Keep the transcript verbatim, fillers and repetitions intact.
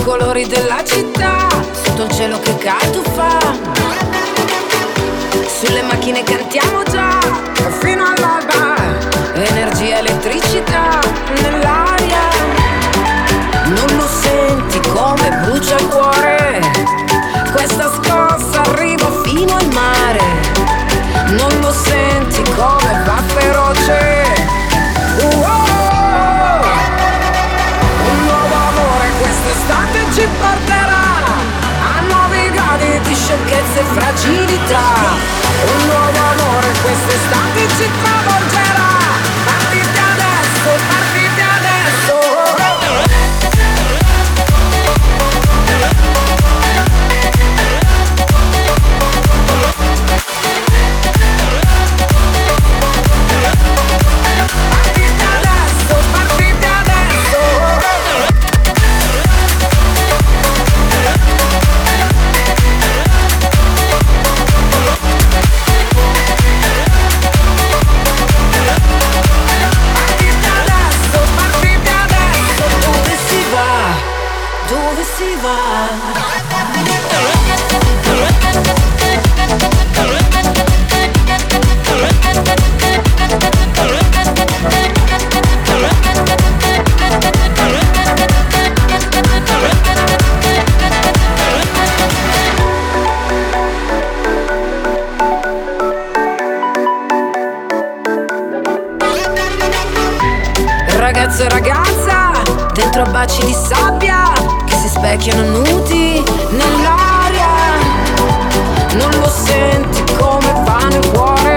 colori della città, sotto il cielo che caldo fa. Sulle macchine cantiamo già, fino all'alba. Energia, elettricità nell'aria. Non lo senti come brucia il cuore? Questa scossa arriva fino al mare. Non lo senti come va feroce? Uh-oh! Un nuovo amore quest'estate ci porterà a nuovi gradi di sciocchezza e fragilità. Un nuovo amore quest'estate ci travolgerà. Partite adesso, partite adesso. Partite adesso, partite adesso. Partite adesso, partite adesso. Dove si va? Dove si va? Ragazzo e ragazza, dentro a baci di sabbia che si specchiano nudi nell'aria. Non lo senti come va nel cuore?